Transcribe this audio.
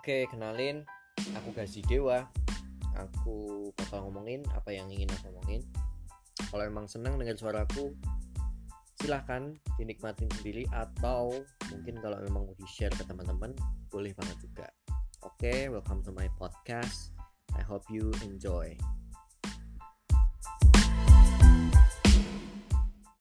Oke, kenalin, aku Gazi Dewa. Aku bakal ngomongin apa yang ingin aku ngomongin. Kalau emang senang dengan suaraku, silahkan dinikmatin sendiri. Atau mungkin kalau memang mau di-share ke teman-teman, boleh banget juga. Oke, welcome to my podcast. I hope you enjoy.